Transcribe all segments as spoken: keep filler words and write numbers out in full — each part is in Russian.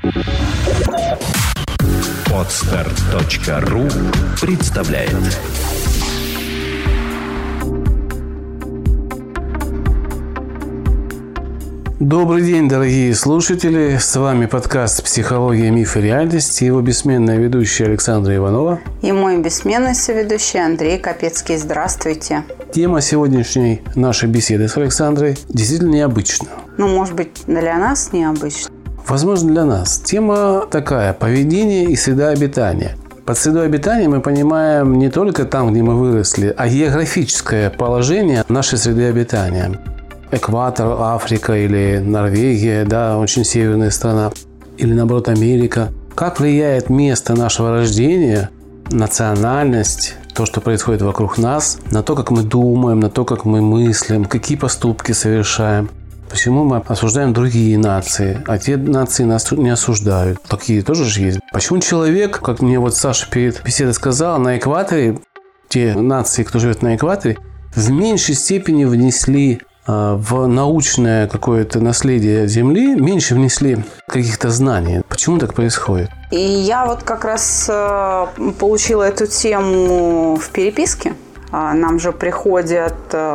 Подстер точка ру представляет. Добрый день, дорогие слушатели! С вами подкаст «Психология, миф и реальность» и его бессменная ведущая Александра Иванова. И мой бессменный соведущий Андрей Капецкий. Здравствуйте! Тема сегодняшней нашей беседы с Александрой действительно необычна. Ну, может быть, для нас необычно. Возможно, для нас. Тема такая – поведение и среда обитания. Под средой обитания мы понимаем не только там, где мы выросли, а географическое положение нашей среды обитания. Экватор, Африка или Норвегия, да, очень северная страна, или наоборот Америка. Как влияет место нашего рождения, национальность, то, что происходит вокруг нас, на то, как мы думаем, на то, как мы мыслим, какие поступки совершаем. Почему мы осуждаем другие нации, а те нации нас не осуждают? Такие тоже же есть. Почему человек, как мне вот Саша перед беседой сказал, на экваторе, те нации, кто живет на экваторе, в меньшей степени внесли в научное какое-то наследие Земли, меньше внесли каких-то знаний. Почему так происходит? И я вот как раз получила эту тему в переписке. Нам же приходят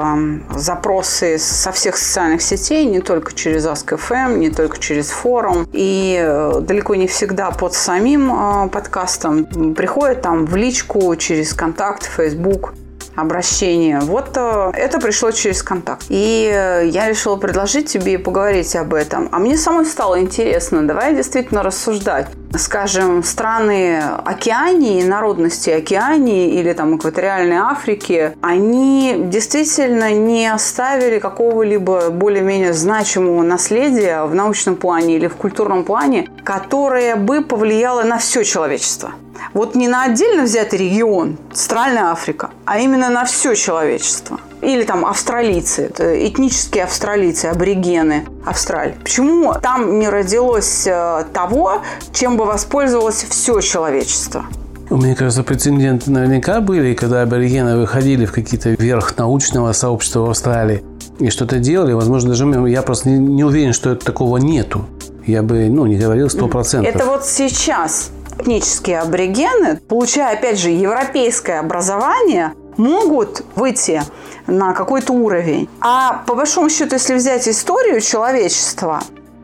запросы со всех социальных сетей, не только через Ask эф эм, не только через форум. И далеко не всегда под самим подкастом приходят там в личку, через контакт, Facebook. Обращение. Вот это пришло через контакт. И я решила предложить тебе поговорить об этом. А мне самой стало интересно. Давай действительно рассуждать. Скажем, страны Океании, народности Океании или там экваториальной Африки, они действительно не оставили какого-либо более-менее значимого наследия в научном плане или в культурном плане, которое бы повлияло на все человечество. Вот не на отдельно взятый регион, Центральная Африка, а именно на все человечество. Или там австралийцы, это этнические австралийцы, аборигены Австралии. Почему там не родилось того, чем бы воспользовалось все человечество? Мне кажется, прецеденты наверняка были, когда аборигены выходили в какие-то верх научного сообщества в Австралии и что-то делали. Возможно, даже я просто не, не уверен, что такого нету. Я бы ну, не говорил сто процентов. Это вот сейчас этнические аборигены, получая, опять же, европейское образование, могут выйти на какой-то уровень. А по большому счету, если взять историю человечества,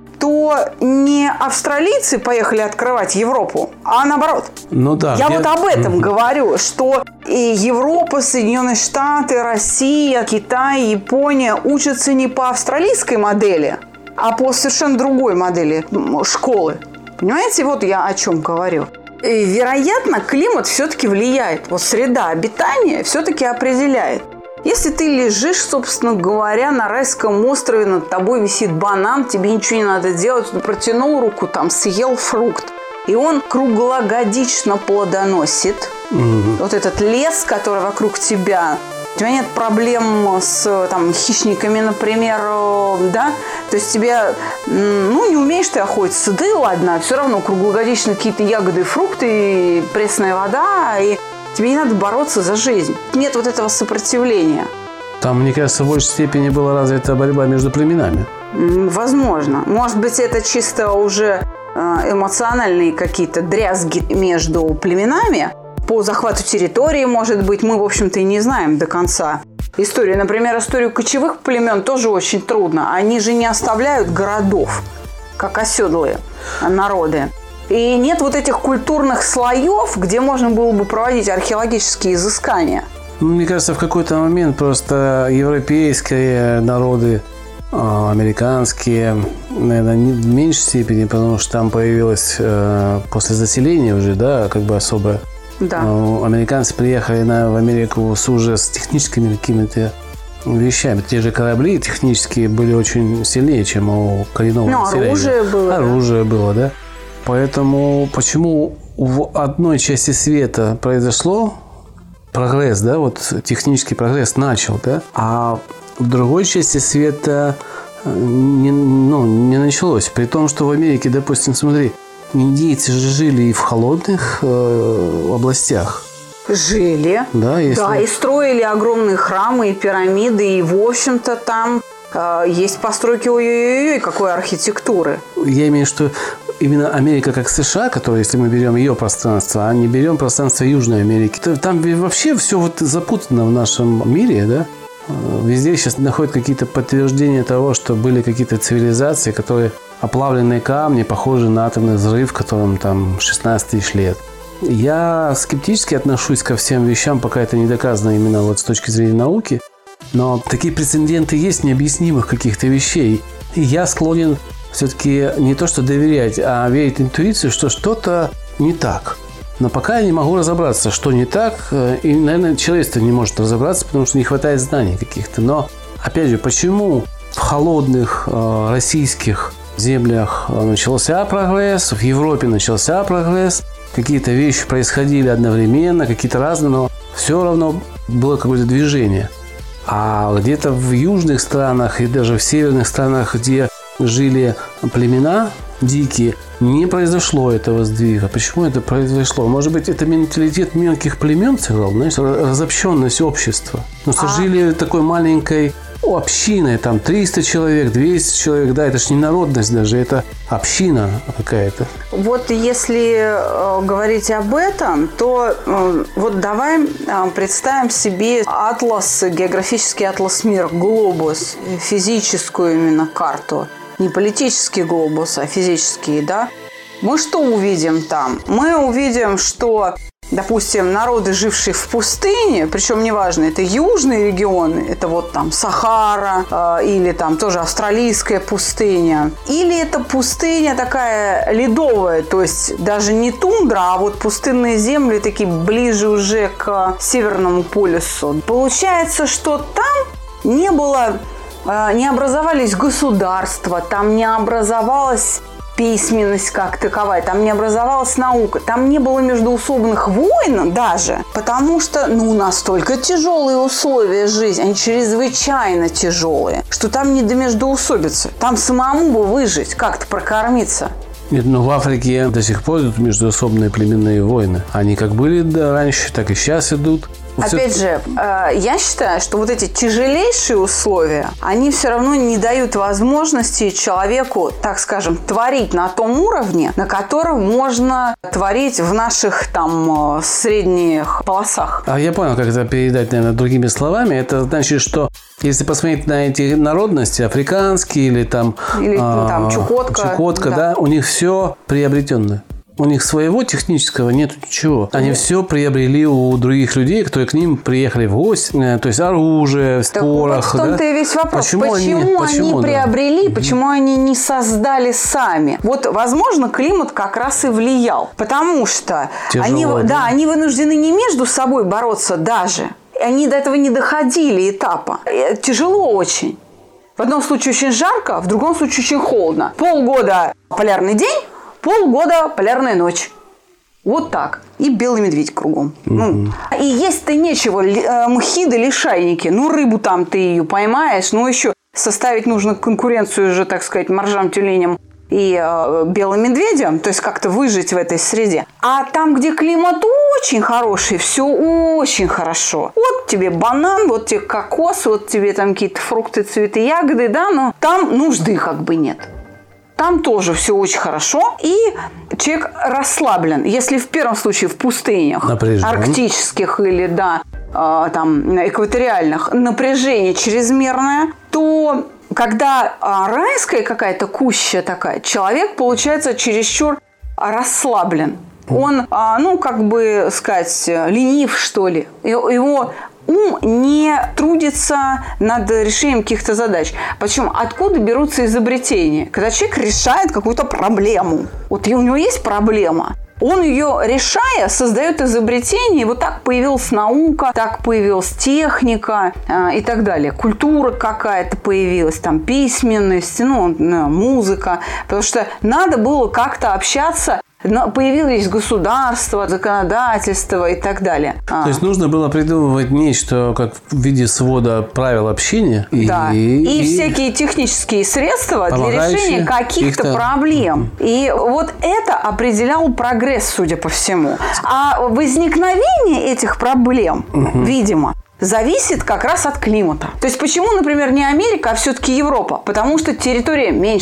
то не австралийцы поехали открывать Европу, а наоборот. Ну да. Я где... вот об этом mm-hmm. говорю, что и Европа, Соединенные Штаты, Россия, Китай, Япония учатся не по австралийской модели, а по совершенно другой модели школы. Понимаете, вот я о чем говорю. И, вероятно, климат все-таки влияет. Вот среда обитания все-таки определяет. Если ты лежишь, собственно говоря, на райском острове, над тобой висит банан, тебе ничего не надо делать, ты протянул руку, там, съел фрукт, и он круглогодично плодоносит. Mm-hmm. Вот этот лес, который вокруг тебя. У тебя нет проблем с там, хищниками, например, да? То есть тебе, ну, не умеешь ты охотиться, да и ладно, все равно круглогодично какие-то ягоды, фрукты, и пресная вода, и тебе не надо бороться за жизнь. Нет вот этого сопротивления. Там, мне кажется, в большей степени была развита борьба между племенами. Возможно. Может быть, это чисто уже эмоциональные какие-то дрязги между племенами. По захвату территории, может быть, мы, в общем-то, и не знаем до конца историю. Например, историю кочевых племен тоже очень трудно. Они же не оставляют городов, как оседлые народы. И нет вот этих культурных слоев, где можно было бы проводить археологические изыскания. Мне кажется, в какой-то момент просто европейские народы, американские, наверное, в меньшей степени, потому что там появилось после заселения уже, да, как бы особое. Да. Американцы приехали на, в Америку с уже с техническими какими-то вещами. Те же корабли технические были очень сильнее, чем у коренного ну, населения. Оружие было. Оружие да. было, да. Поэтому почему в одной части света произошло прогресс, да, вот технический прогресс начал, да, а в другой части света не, ну, не началось. При том, что в Америке, допустим, смотри, индейцы же жили и в холодных э, областях. Жили. Да, если... да, и строили огромные храмы и пирамиды, и, в общем-то, там э, есть постройки ой-ой-ой, какой архитектуры. Я имею в виду, что именно Америка как США, которая, если мы берем ее пространство, а не берем пространство Южной Америки, то там вообще все вот запутано в нашем мире, да? Везде сейчас находят какие-то подтверждения того, что были какие-то цивилизации, которые оплавленные камни, похожи на атомный взрыв, которым там шестнадцать тысяч лет. Я скептически отношусь ко всем вещам, пока это не доказано именно вот с точки зрения науки. Но такие прецеденты есть необъяснимых каких-то вещей. И я склонен все-таки не то что доверять, а верить интуиции, что что-то не так. Но пока я не могу разобраться, что не так. И, наверное, человечество не может разобраться, потому что не хватает знаний каких-то. Но, опять же, почему в холодных э, российских землях начался прогресс, в Европе начался прогресс, какие-то вещи происходили одновременно, какие-то разные, но все равно было какое-то движение. А где-то в южных странах и даже в северных странах, где жили племена дикие, не произошло этого сдвига. Почему это произошло? Может быть, это менталитет мелких племен сыграл, знаешь, разобщенность общества. Но что а... жили такой маленькой общиной, там триста человек, двести человек, да, это же не народность даже, это община какая-то. Вот если э, говорить об этом, то э, вот давай э, представим себе атлас, географический атлас мира, глобус, физическую именно карту. Не политический глобус, а физический, да. Мы что увидим там? Мы увидим, что, допустим, народы, жившие в пустыне, причем неважно, это южные регионы, это вот там Сахара э, или там тоже австралийская пустыня, или это пустыня такая ледовая, то есть даже не тундра, а вот пустынные земли такие ближе уже к Северному полюсу. Получается, что там не было, э, не образовались государства, там не образовалась письменность как таковая, там не образовалась наука, там не было междоусобных войн даже, потому что, ну, настолько тяжелые условия жизни, они чрезвычайно тяжелые, что там не до междоусобицы, там самому бы выжить, как-то прокормиться. Нет, но в Африке до сих пор идут междоусобные племенные войны. Они как были раньше, так и сейчас идут. Опять же, я считаю, что вот эти тяжелейшие условия, они все равно не дают возможности человеку, так скажем, творить на том уровне, на котором можно творить в наших там средних полосах. А я понял, как это передать, наверное, другими словами. Это значит, что если посмотреть на эти народности, африканские или там, или, а, там Чукотка, Чукотка, да. да, у них все приобретенное. У них своего технического нет ничего. Они все приобрели у других людей, которые к ним приехали в гости. То есть оружие, так порох. Вот в том-то да? и весь вопрос. Почему, почему они, они почему, приобрели, да? почему они не создали сами? Вот, возможно, климат как раз и влиял. Потому что они, да? Да, они вынуждены не между собой бороться даже. Они до этого не доходили этапа. Тяжело очень. В одном случае очень жарко, в другом случае очень холодно. Полгода полярный день, полгода полярная ночь. Вот так. И белый медведь кругом. Mm-hmm. Ну, и есть-то нечего. Мхи да лишайники. Ну, рыбу там ты ее поймаешь. Ну, еще составить нужно конкуренцию уже, так сказать, моржам, тюленям и э, белым медведям. То есть как-то выжить в этой среде. А там, где климат очень хороший, все очень хорошо. Вот тебе банан, вот тебе кокос, вот тебе там какие-то фрукты, цветы, ягоды, да, но там нужды как бы нет. Там тоже все очень хорошо, и человек расслаблен. Если в первом случае в пустынях, напряжен. Арктических или да, э, там, экваториальных, напряжение чрезмерное, то когда э, райская какая-то куща такая, человек получается чересчур расслаблен. Он, э, ну, как бы сказать, ленив, что ли. Его ум не трудится над решением каких-то задач. Причем откуда берутся изобретения? Когда человек решает какую-то проблему. Вот у него есть проблема. Он ее, решая, создает изобретение. И вот так появилась наука, так появилась техника э, и так далее. Культура какая-то появилась, там письменность, ну, музыка. Потому что надо было как-то общаться. Появились государства, законодательство и так далее. То а. есть нужно было придумывать нечто как в виде свода правил общения. Да. И, и, и всякие технические средства для решения каких-то проблем. И вот это определял прогресс, судя по всему. А возникновение этих проблем, угу. видимо, зависит как раз от климата. То есть почему, например, не Америка, а все-таки Европа? Потому что территория меньше.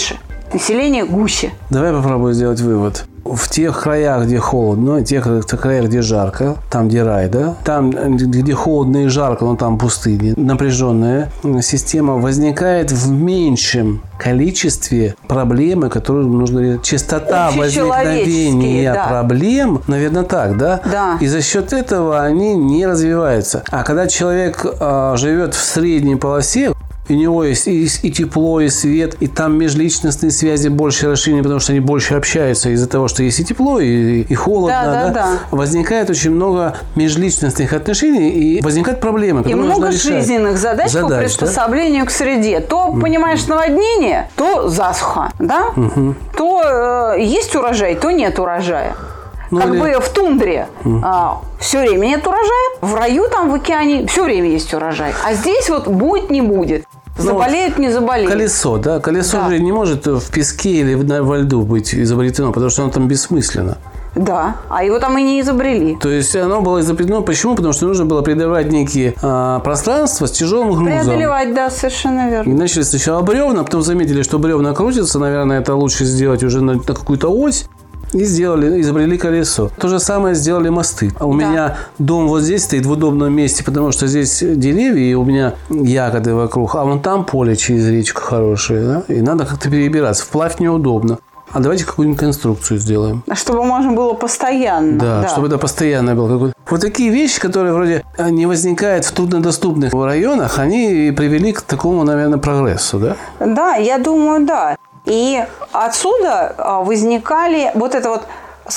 население гуще. Давай попробуем сделать вывод. В тех краях, где холодно, в тех краях, где жарко, там, где рай, да, там, где холодно и жарко, но там пустыня, напряженная система, возникает в меньшем количестве проблемы, которые нужно решить. Частота возникновения да. проблем, наверное, так, да? Да. И за счет этого они не развиваются. А когда человек а, живет в средней полосе, у него есть и, и тепло, и свет, и там межличностные связи больше расширены, потому что они больше общаются из-за того, что есть и тепло, и, и холодно. Да, да, да. Да. Возникает очень много межличностных отношений, и возникают проблемы, которые нужно решать. И много жизненных задач, задач по приспособлению да? к среде. То, mm. понимаешь, наводнение, то засуха, да? Mm-hmm. То э, есть урожай, то нет урожая. Ну, как или... бы в тундре mm. а, все время нет урожая, в раю там в океане все время есть урожай. А здесь вот будет, не будет. Заболеют, ну, не заболеют. Колесо, да? Колесо да. же не может в песке или во льду быть изобретено, потому что оно там бессмысленно. Да, а его там и не изобрели. То есть оно было изобретено. Почему? Потому что нужно было преодолевать некие а, пространства с тяжелым грузом. Преодолевать, да, совершенно верно. И начали сначала бревна, потом заметили, что бревна крутятся. Наверное, это лучше сделать уже на, на какую-то ось. И сделали, изобрели колесо. То же самое сделали мосты. А у да. меня дом вот здесь стоит в удобном месте, потому что здесь деревья, и у меня ягоды вокруг. А вон там поле через речку хорошее. Да? И надо как-то перебираться. Вплавь неудобно. А давайте какую-нибудь конструкцию сделаем. Чтобы можно было постоянно. Да, да. чтобы это постоянно было. Какой-то. Вот такие вещи, которые вроде не возникают в труднодоступных районах, они привели к такому, наверное, прогрессу, да? Да, я думаю, да. И отсюда возникали вот это вот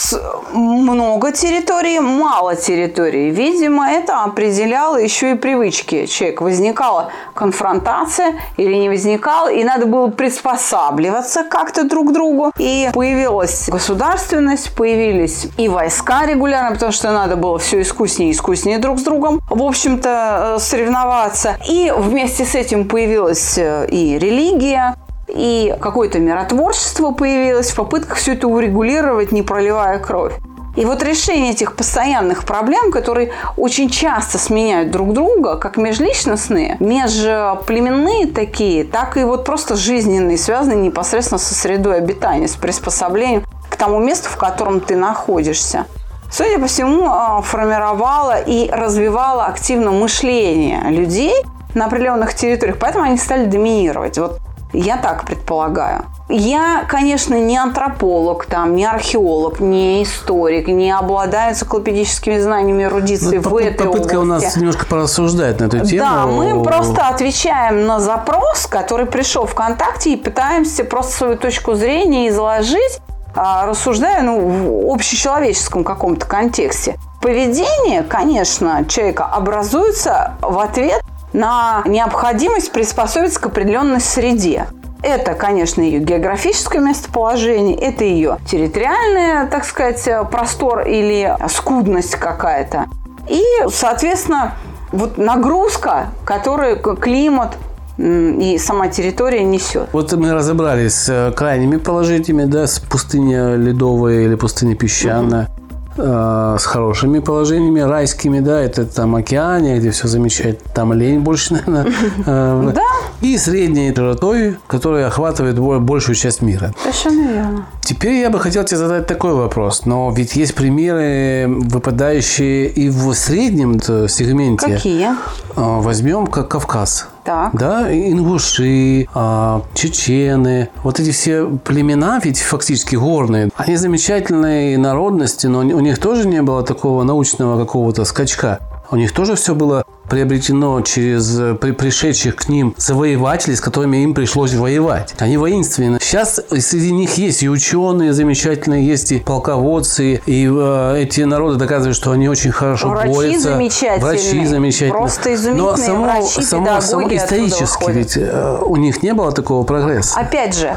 много территорий, мало территорий. Видимо, это определяло еще и привычки человека. Возникала конфронтация или не возникала, и надо было приспосабливаться как-то друг к другу. И появилась государственность, появились и войска регулярно, потому что надо было все искуснее и искуснее друг с другом, в общем-то, соревноваться. И вместе с этим появилась и религия, и какое-то миротворчество появилось в попытках все это урегулировать, не проливая кровь. И вот решение этих постоянных проблем, которые очень часто сменяют друг друга, как межличностные, межплеменные такие, так и вот просто жизненные, связанные непосредственно со средой обитания, с приспособлением к тому месту, в котором ты находишься, судя по всему, формировало и развивало активно мышление людей на определенных территориях, поэтому они стали доминировать. Вот я так предполагаю. Я, конечно, не антрополог, там, не археолог, не историк, не обладаю энциклопедическими знаниями, эрудицией в этой области. Попытка у нас немножко порассуждать на эту тему. Да, мы просто отвечаем на запрос, который пришел ВКонтакте, и пытаемся просто свою точку зрения изложить, рассуждая ну, в общечеловеческом каком-то контексте. Поведение, конечно, человека образуется в ответ на необходимость приспособиться к определенной среде. Это, конечно, ее географическое местоположение, это ее территориальный, так сказать, простор или скудность какая-то. И, соответственно, вот нагрузка, которую климат и сама территория несет. Вот мы разобрались с крайними положениями, да, с пустыней ледовой или пустыней песчаной. Угу. С хорошими положениями, райскими, да, это там океане, где все замечательно, там лень больше, наверное. Да. И средней широтой, которая охватывает большую часть мира. Совершенно верно. Теперь я бы хотел тебе задать такой вопрос, но ведь есть примеры, выпадающие и в среднем сегменте. Какие? Возьмем как Кавказ. Так. Да, ингуши, чечены, вот эти все племена, ведь фактически горные, они замечательные народности, но у них тоже не было такого научного какого-то скачка. У них тоже все было приобретено через при, пришедших к ним завоевателей, с которыми им пришлось воевать. Они воинственны. Сейчас среди них есть и ученые замечательные, есть и полководцы, и э, эти народы доказывают, что они очень хорошо врачи борются. Замечательные. Врачи замечательные. Просто изумительные Но само, врачи, само, само исторически ведь э, у них не было такого прогресса. Опять же,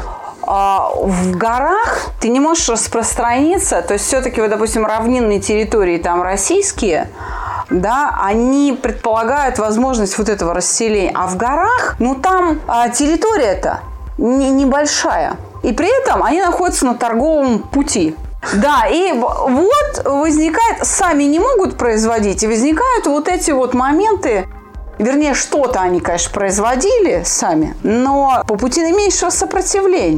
в горах ты не можешь распространиться, то есть все-таки, вот, допустим, равнинные территории там российские, да, они предполагают возможность вот этого расселения. А в горах, ну там а, территория-то не, небольшая. И при этом они находятся на торговом пути. Да, и вот возникает, сами не могут производить, и возникают вот эти вот моменты. Вернее, что-то они, конечно, производили сами, но по пути наименьшего сопротивления.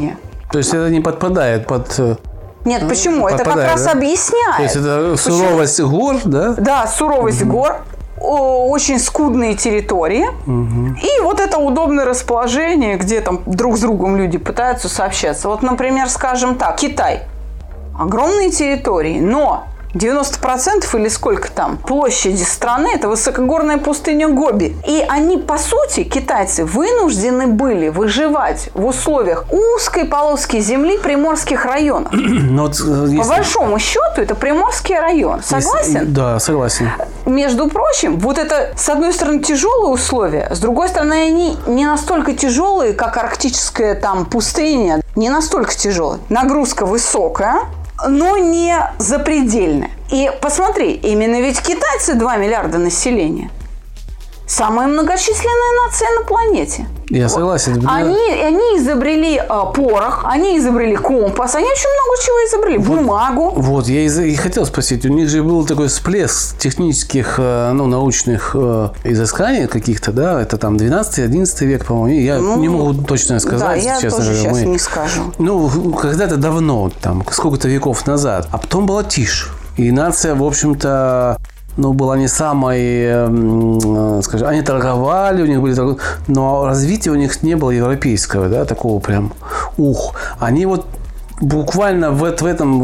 То есть это не подпадает под... Нет, почему? Это как раз да? объясняет. То есть это суровость почему? гор, да? Да, суровость угу. гор, очень скудные территории. Угу. И вот это удобное расположение, где там друг с другом люди пытаются сообщаться. Вот, например, скажем так, Китай. Огромные территории, но девяносто процентов или сколько там площади страны – это высокогорная пустыня Гоби. И они, по сути, китайцы, вынуждены были выживать в условиях узкой полоски земли приморских районов. Вот, если... По большому счету, это приморский район. Согласен? Если... Да, согласен. Между прочим, вот это, с одной стороны, тяжелые условия, с другой стороны, они не настолько тяжелые, как арктическая там пустыня, не настолько тяжелые. Нагрузка высокая, но не запредельная. И посмотри, именно ведь китайцы два миллиарда населения. Самая многочисленная нация на планете. Я вот. согласен. Они, они изобрели а, порох, они изобрели компас, они очень много чего изобрели. Вот, бумагу. Вот, я и, и хотел спросить. У них же был такой всплеск технических, ну, научных э, изысканий каких-то, да? Это там двенадцатый-одиннадцатый век, по-моему. Я ну, не могу точно сказать. Да, я честно тоже говоря. сейчас Мы, не скажу. Ну, когда-то давно, там, сколько-то веков назад. А потом была тишь. И нация, в общем-то... Ну, была не самой, скажем, они торговали, у них были торговли, но развития у них не было европейского, да, такого прям ух. Они вот буквально в, в этом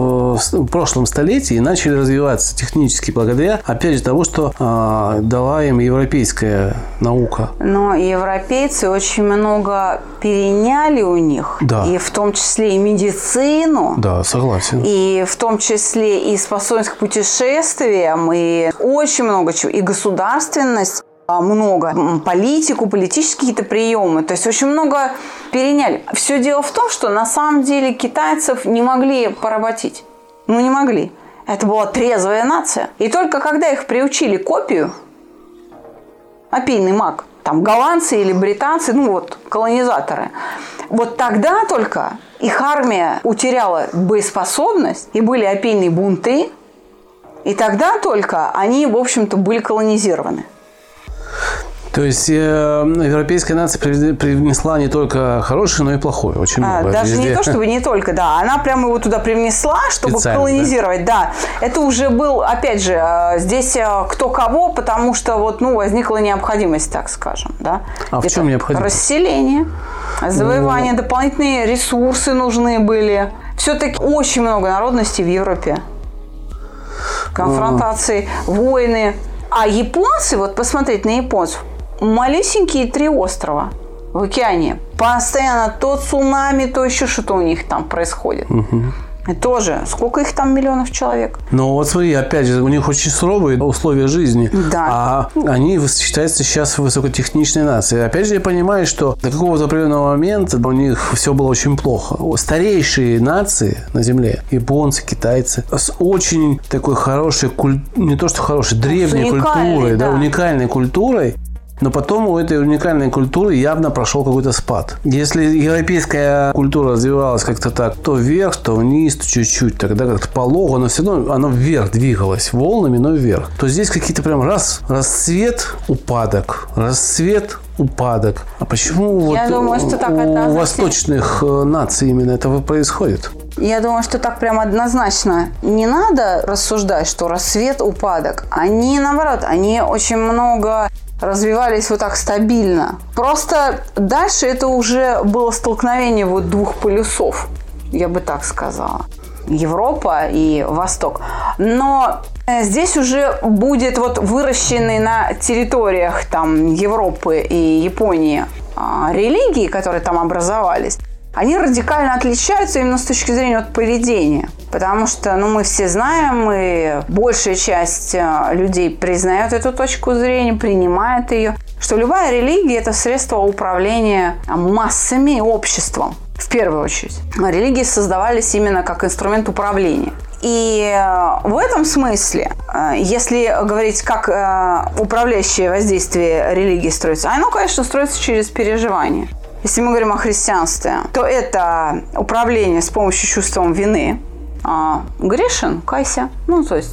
в прошлом столетии начали развиваться технически благодаря, опять же, того, что э, дала им европейская наука. Но европейцы очень много переняли у них, да. И в том числе и медицину. Да, согласен. И в том числе и способность к путешествиям, и очень много чего, и государственность. Много. Политику, политические какие-то приемы. То есть очень много переняли. Все дело в том, что на самом деле китайцев не могли поработить. Ну, не могли. Это была трезвая нация. И только когда их приучили к опию, опийный маг, там голландцы или британцы, ну вот, колонизаторы, вот тогда только их армия утеряла боеспособность, и были опийные бунты, и тогда только они, в общем-то, были колонизированы. То есть э, европейская нация привнесла не только хорошее, но и плохое. Очень много. А, даже везде. Не то, чтобы не только, да. Она прямо его туда привнесла, чтобы специально, колонизировать. Да. да. Это уже был, опять же, здесь кто кого, потому что вот, ну, возникла необходимость, так скажем. Да. А в чем необходимость? Расселение, завоевание, ну... дополнительные ресурсы нужны были. Все-таки очень много народностей в Европе. Конфронтации, а... войны. А японцы, вот посмотреть на японцев, малюсенькие три острова в океане. Постоянно то цунами, то еще что-то у них там происходит. Угу. И тоже, сколько их там миллионов человек? Ну вот смотри, опять же, у них очень суровые условия жизни. Да. А они считаются сейчас высокотехничной нацией. Опять же, я понимаю, что до какого-то определенного момента у них все было очень плохо. Старейшие нации на Земле, японцы, китайцы, с очень такой хорошей, куль... не то что хорошей, древней культурой, да. Да, уникальной культурой. Но потом у этой уникальной культуры явно прошел какой-то спад. Если европейская культура развивалась как-то так, то вверх, то вниз, то чуть-чуть, тогда как-то полого, но все равно оно вверх двигалось, волнами, но вверх. То здесь какие-то прям раз, расцвет, упадок, расцвет, упадок. А почему Я вот думаю, что так у восточных наций именно это происходит? Я думаю, что так прям однозначно не надо рассуждать, что расцвет, упадок. Они, наоборот, они очень много... развивались вот так стабильно. Просто дальше это уже было столкновение вот двух полюсов, я бы так сказала. Европа и Восток. Но здесь уже будет вот выращенный на территориях там Европы и Японии религии, которые там образовались, они радикально отличаются именно с точки зрения вот поведения. Потому что, ну, мы все знаем, и большая часть людей признает эту точку зрения, принимает ее, что любая религия – это средство управления массами, обществом, в первую очередь. Религии создавались именно как инструмент управления. И в этом смысле, если говорить, как управляющее воздействие религии строится, оно, конечно, строится через переживания. Если мы говорим о христианстве, то это управление с помощью чувством вины. А, грешен, кайся. Ну, то есть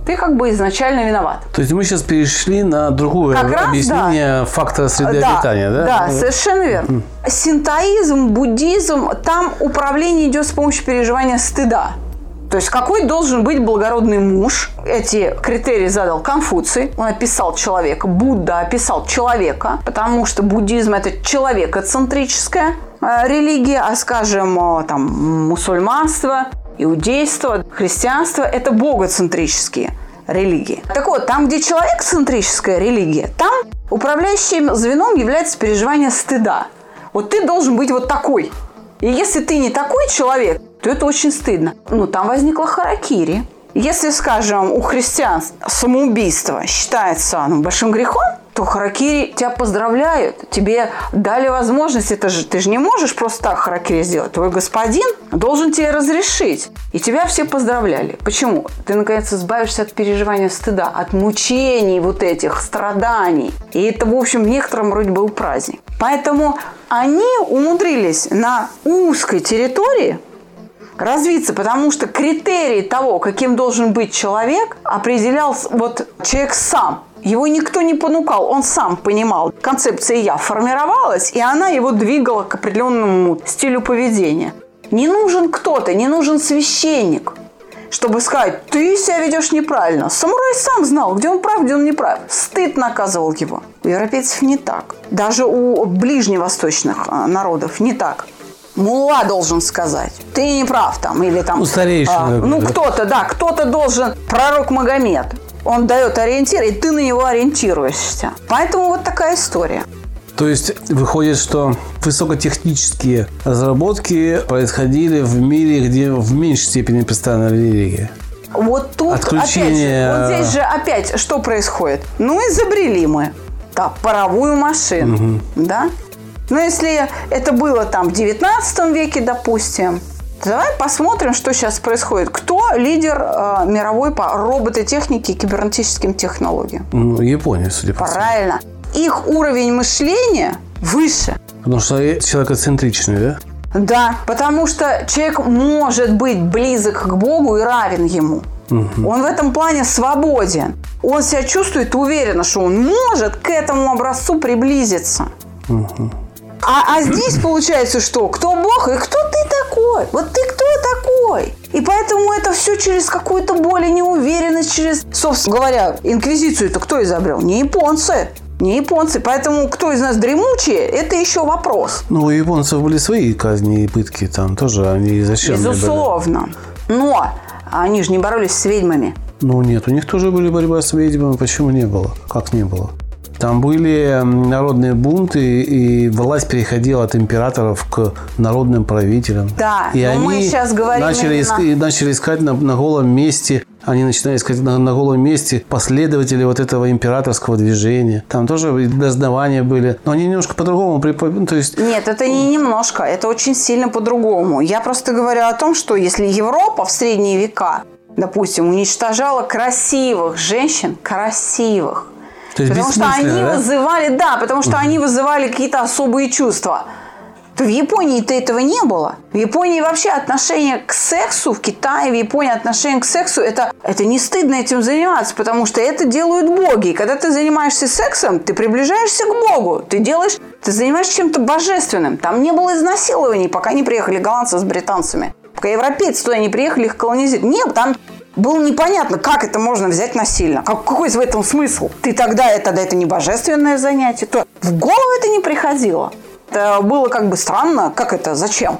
ты как бы изначально виноват. То есть мы сейчас перешли на другое как объяснение раз, да. фактора среды да, обитания, да? Да, совершенно верно. Mm. Синтоизм, буддизм, там управление идет с помощью переживания стыда. То есть какой должен быть благородный муж? Эти критерии задал Конфуций. Он описал человека. Будда описал человека, потому что буддизм – это человекоцентрическая религия, а, скажем, там, мусульманство, иудейство, христианство – это богоцентрические религии. Так вот, там, где человекоцентрическая религия, там управляющим звеном является переживание стыда. Вот ты должен быть вот такой. И если ты не такой человек, то это очень стыдно. Ну, там возникла харакири. Если, скажем, у христиан самоубийство считается ну, большим грехом, то харакири тебя поздравляют. Тебе дали возможность. Это же, ты же не можешь просто так харакири сделать. Твой господин должен тебе разрешить. И тебя все поздравляли. Почему? Ты, наконец, избавишься от переживания стыда, от мучений вот этих, страданий. И это, в общем, в некотором роде был праздник. Поэтому они умудрились на узкой территории развиться, потому что критерии того, каким должен быть человек, определял вот человек сам. Его никто не понукал, он сам понимал. Концепция «я» формировалась, и она его двигала к определенному стилю поведения. Не нужен кто-то, не нужен священник, чтобы сказать, ты себя ведешь неправильно. Самурай сам знал, где он прав, где он не прав. Стыд наказывал его. У европейцев не так. Даже у ближневосточных народов не так. Мулла должен сказать, ты не прав там, или там... Ну, старейшина. А, ну, кто-то, да, кто-то должен, пророк Магомед. Он дает ориентир, и ты на него ориентируешься. Поэтому вот такая история. То есть выходит, что высокотехнические разработки происходили в мире, где в меньшей степени представлена религия. Вот тут, Отключение... опять же, вот здесь же опять что происходит? Ну, изобрели мы так, паровую машину, угу. да? Но если это было там в девятнадцатом веке, допустим, то давай посмотрим, что сейчас происходит. Кто лидер э, мировой по робототехнике и кибернетическим технологиям? Ну, Япония, судя по всему. Правильно. Их уровень мышления выше. Потому что человекоцентричный, да? Да, потому что человек может быть близок к Богу и равен Ему. Угу. Он в этом плане свободен. Он себя чувствует уверенно, что он может к этому образцу приблизиться. Угу. А, а здесь получается, что кто Бог и кто ты такой? Вот ты кто такой? И поэтому это все через какую-то более неуверенность, через, собственно говоря, инквизицию-то кто изобрел? Не японцы. Не японцы. Поэтому кто из нас дремучие, это еще вопрос. Ну, у японцев были свои казни и пытки. Там тоже они изощренные. Безусловно. Были. Но они же не боролись с ведьмами. Ну, нет, у них тоже были борьба с ведьмами. Почему не было? Как не было? Там были народные бунты, и власть переходила от императоров к народным правителям. Да, и но они мы сейчас говорим начали, именно... искать, начали искать на, на голом месте, они начинали искать на, на голом месте последователей вот этого императорского движения. Там тоже дознавания были, но они немножко по-другому. То есть... Нет, это не немножко, это очень сильно по-другому. Я просто говорю о том, что если Европа в средние века, допустим, уничтожала красивых женщин, красивых, потому что они да? вызывали, да, потому что uh-huh. они вызывали какие-то особые чувства. То в Японии-то этого не было. В Японии вообще отношение к сексу, в Китае, в Японии отношение к сексу, это, это не стыдно этим заниматься, потому что это делают боги. И когда ты занимаешься сексом, ты приближаешься к Богу. Ты делаешь, ты занимаешься чем-то божественным. Там не было изнасилований, пока не приехали голландцы с британцами. Пока европейцы туда не приехали их колонизировать. Нет, там... Было непонятно, как это можно взять насильно. Какой в этом смысл? Ты тогда, тогда это не божественное занятие. То в голову это не приходило. Это было как бы странно. Как это? Зачем?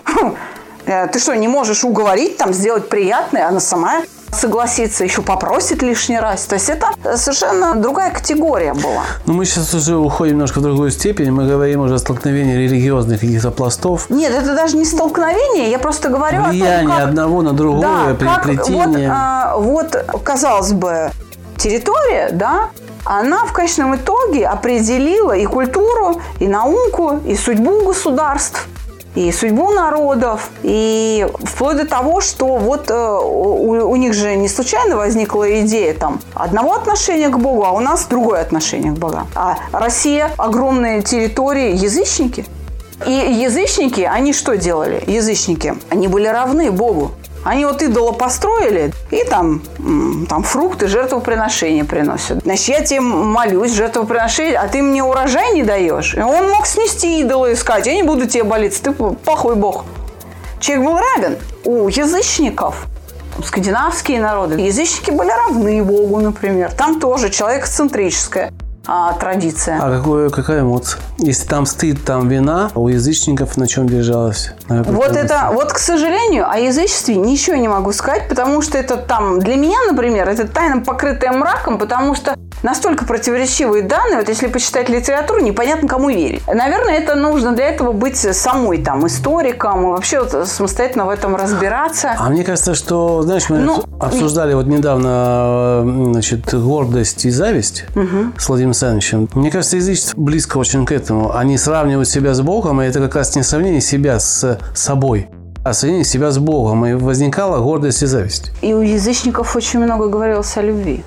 Ты что, не можешь уговорить, там, сделать приятное, она сама согласится, еще попросит лишний раз. То есть это совершенно другая категория была. Но мы сейчас уже уходим немножко в другую степень. Мы говорим уже о столкновении религиозных каких-то пластов. Нет, это даже не столкновение. Я просто говорю Влияние о том, как... одного на другое, да, переплетение. Вот, а, вот, казалось бы, территория, да, она в конечном итоге определила и культуру, и науку, и судьбу государств, и судьбу народов, и вплоть до того, что вот э, у, у них же не случайно возникла идея там одного отношения к Богу, а у нас другое отношение к Богу. А Россия огромные территории язычники. И язычники, они что делали? Язычники, они были равны Богу. Они вот идола построили и там, там фрукты, жертвоприношения приносят. Значит, я тебе молюсь, жертвоприношение, а ты мне урожай не даешь. И он мог снести идола и сказать: я не буду тебе молиться, ты плохой бог. Человек был равен. У язычников, скандинавские народы, язычники были равны Богу, например. Там тоже человекоцентрическая а, традиция. А какое, какая эмоция? Если там стыд, там вина, у язычников на чем держалась? Вот это, вот, к сожалению, о язычестве ничего не могу сказать, потому что это там, для меня, например, это тайна, покрытая мраком, потому что настолько противоречивые данные, вот если почитать литературу, непонятно, кому верить. Наверное, это нужно для этого быть самой там историком и вообще вот самостоятельно в этом разбираться. А мне кажется, что, знаешь, мы ну, обсуждали вот недавно, значит, гордость и зависть угу. с Владимиром Александровичем. Мне кажется, язычество близко очень к этому. Они сравнивают себя с Богом, и это как раз не сравнение себя с собой, а сравнение себя с Богом. И возникала гордость и зависть. И у язычников очень много говорилось о любви.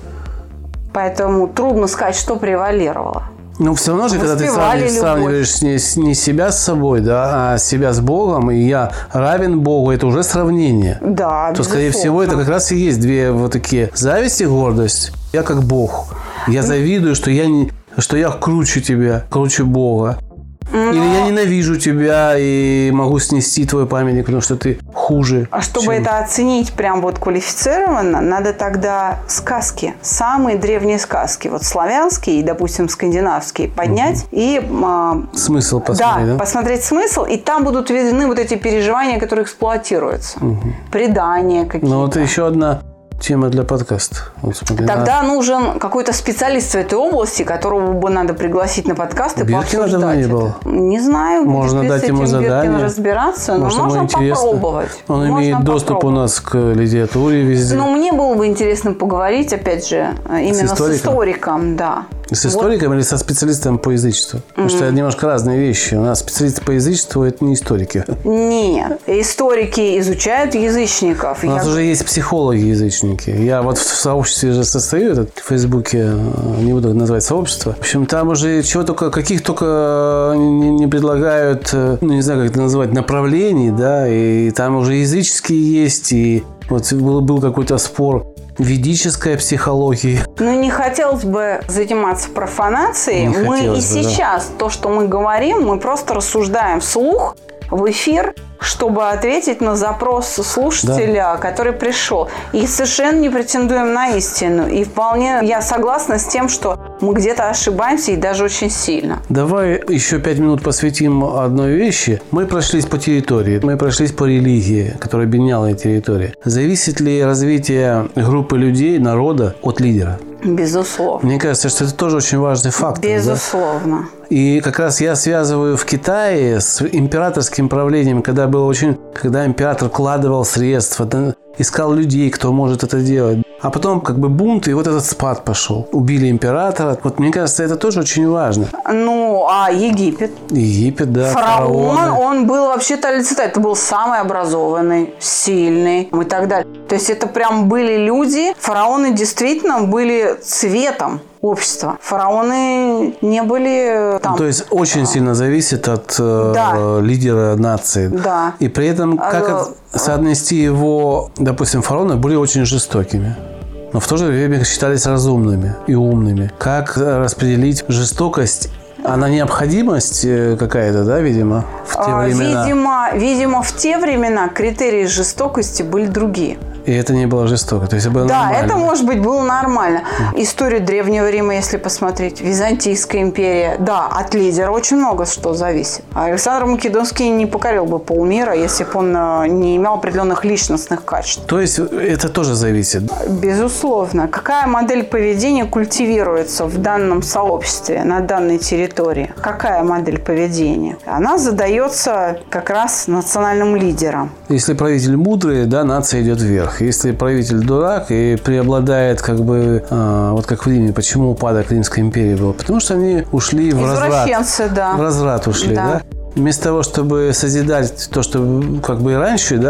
Поэтому трудно сказать, что превалировало. Ну, все равно же, когда ты сравниваешь, сравниваешь не, не себя с собой, да, а себя с Богом, и я равен Богу, это уже сравнение. Да, то, скорее всего, это как раз и есть две вот такие: зависть и гордость. Я как Бог. Я завидую, что я, не, что я круче тебя, круче Бога. Но... Или я ненавижу тебя и могу снести твой памятник, потому что ты хуже. А чтобы чем... это оценить прям вот квалифицированно, надо тогда сказки, самые древние сказки, вот славянские и, допустим, скандинавские, поднять угу. и... Э, смысл посмотреть, да, да? посмотреть смысл, и там будут видны вот эти переживания, которые эксплуатируются. Угу. Предания какие-то. Ну вот еще одна... тема для подкаста. Вот смотри, Тогда на... нужен какой-то специалист в этой области, которого бы надо пригласить на подкаст и Биркина давно не был. Не знаю, можно дать ему задание, разбираться, но может, можно попробовать. Он можно имеет доступ у нас к литературе везде. Но мне было бы интересно поговорить, опять же, именно с историком, с историком да. С историком вот. Или со специалистом по язычеству? Потому mm-hmm. что это немножко разные вещи. У нас специалисты по язычеству – это не историки. Нет. Историки изучают язычников. У нас Я... уже есть психологи-язычники. Я вот в сообществе же состою, этот, в Фейсбуке, не буду называть сообщество. В общем, там уже чего только, каких только не, не предлагают, ну, не знаю, как это называть, направлений, да, и там уже языческие есть, и вот был, был какой-то спор. Ведическая психология. Ну, не хотелось бы заниматься профанацией. Не мы и бы, сейчас да. то, что мы говорим, мы просто рассуждаем вслух в эфир, чтобы ответить на запрос слушателя, да. который пришел. И совершенно не претендуем на истину. И вполне я согласна с тем, что мы где-то ошибаемся, и даже очень сильно. Давай еще пять минут посвятим одной вещи. Мы прошлись по территории, мы прошлись по религии, которая объединяла эти территории. Зависит ли развитие группы людей, народа от лидера? Безусловно. Мне кажется, что это тоже очень важный фактор. Безусловно. Да? И как раз я связываю в Китае с императорским правлением, когда было очень, когда император вкладывал средства, искал людей, кто может это делать. А потом как бы бунт, и вот этот спад пошел. Убили императора. Вот мне кажется, это тоже очень важно. Ну, а Египет? Египет, да. Фараон, фараоны. Он был вообще-то олицетворен. Это был самый образованный, сильный и так далее. То есть это прям были люди. Фараоны действительно были цветом общества. Фараоны не были там. То есть очень сильно зависит от да. э, лидера нации. Да. И при этом как а, соотнести его, допустим, фараоны были очень жестокими, но в то же время считались разумными и умными. Как распределить жестокость? Она необходимость какая-то, да, видимо, в те а, времена? Видимо, видимо, в те времена критерии жестокости были другие. И это не было жестоко, то есть это было да, нормально. это, может быть, было нормально. Историю Древнего Рима, если посмотреть, Византийская империя, да, от лидера очень много что зависит. Александр Македонский не покорил бы полмира, если бы он не имел определенных личностных качеств. То есть это тоже зависит? Безусловно. Какая модель поведения культивируется в данном сообществе, на данной территории? Какая модель поведения? Она задается как раз национальным лидером. Если правитель мудрый, да, нация идет вверх. Если правитель дурак и преобладает, как бы, э, вот как в Риме, почему упадок Римской империи был? Потому что они ушли в разврат. Да. В разврат ушли, да. да? Вместо того, чтобы созидать то, что как бы и раньше, да,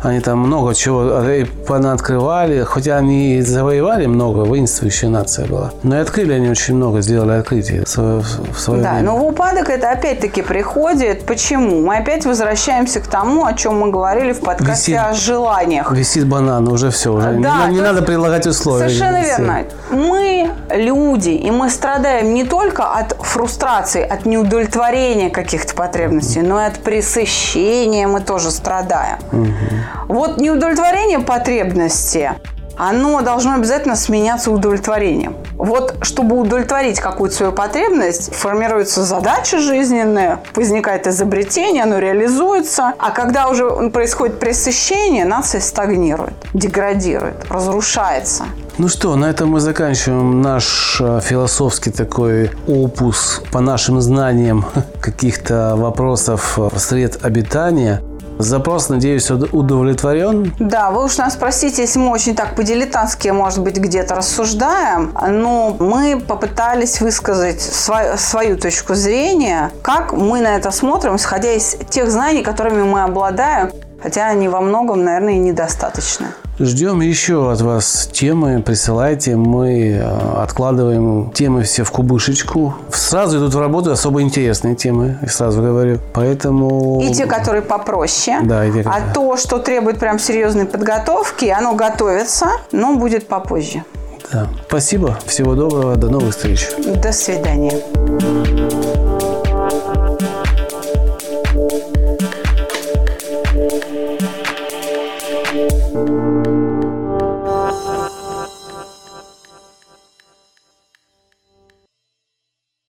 Они там много чего понаоткрывали, хотя они завоевали много, воинствующая нация была. Но и открыли они очень много, сделали открытие в свое Да, время. но в упадок это опять-таки приходит. Почему? Мы опять возвращаемся к тому, о чем мы говорили в подкасте Висит, о желаниях. Висит банан, уже все, уже Да, не, не надо предлагать условия. Совершенно верно. Мы люди, и мы страдаем не только от фрустрации, от неудовлетворения каких-то потребностей, но и от пресыщения мы тоже страдаем. Угу. Вот неудовлетворение потребности, оно должно обязательно сменяться удовлетворением. Вот чтобы удовлетворить какую-то свою потребность, формируется задача жизненная, возникает изобретение, оно реализуется. А когда уже происходит пресыщение, нация стагнирует, деградирует, разрушается. Ну что, на этом мы заканчиваем наш философский такой опус по нашим знаниям каких-то вопросов сред обитания. Запрос, надеюсь, удовлетворен? Да, вы уж нас простите, если мы очень так по-дилетантски, может быть, где-то рассуждаем, но мы попытались высказать свою, свою точку зрения, как мы на это смотрим, исходя из тех знаний, которыми мы обладаем, хотя они во многом, наверное, и недостаточны. Ждем еще от вас темы, присылайте, мы откладываем темы все в кубышечку. Сразу идут в работу особо интересные темы, сразу говорю, поэтому... И те, которые попроще, да, и те, которые... а то, что требует прям серьезной подготовки, оно готовится, но будет попозже. Да. Спасибо, всего доброго, до новых встреч. До свидания.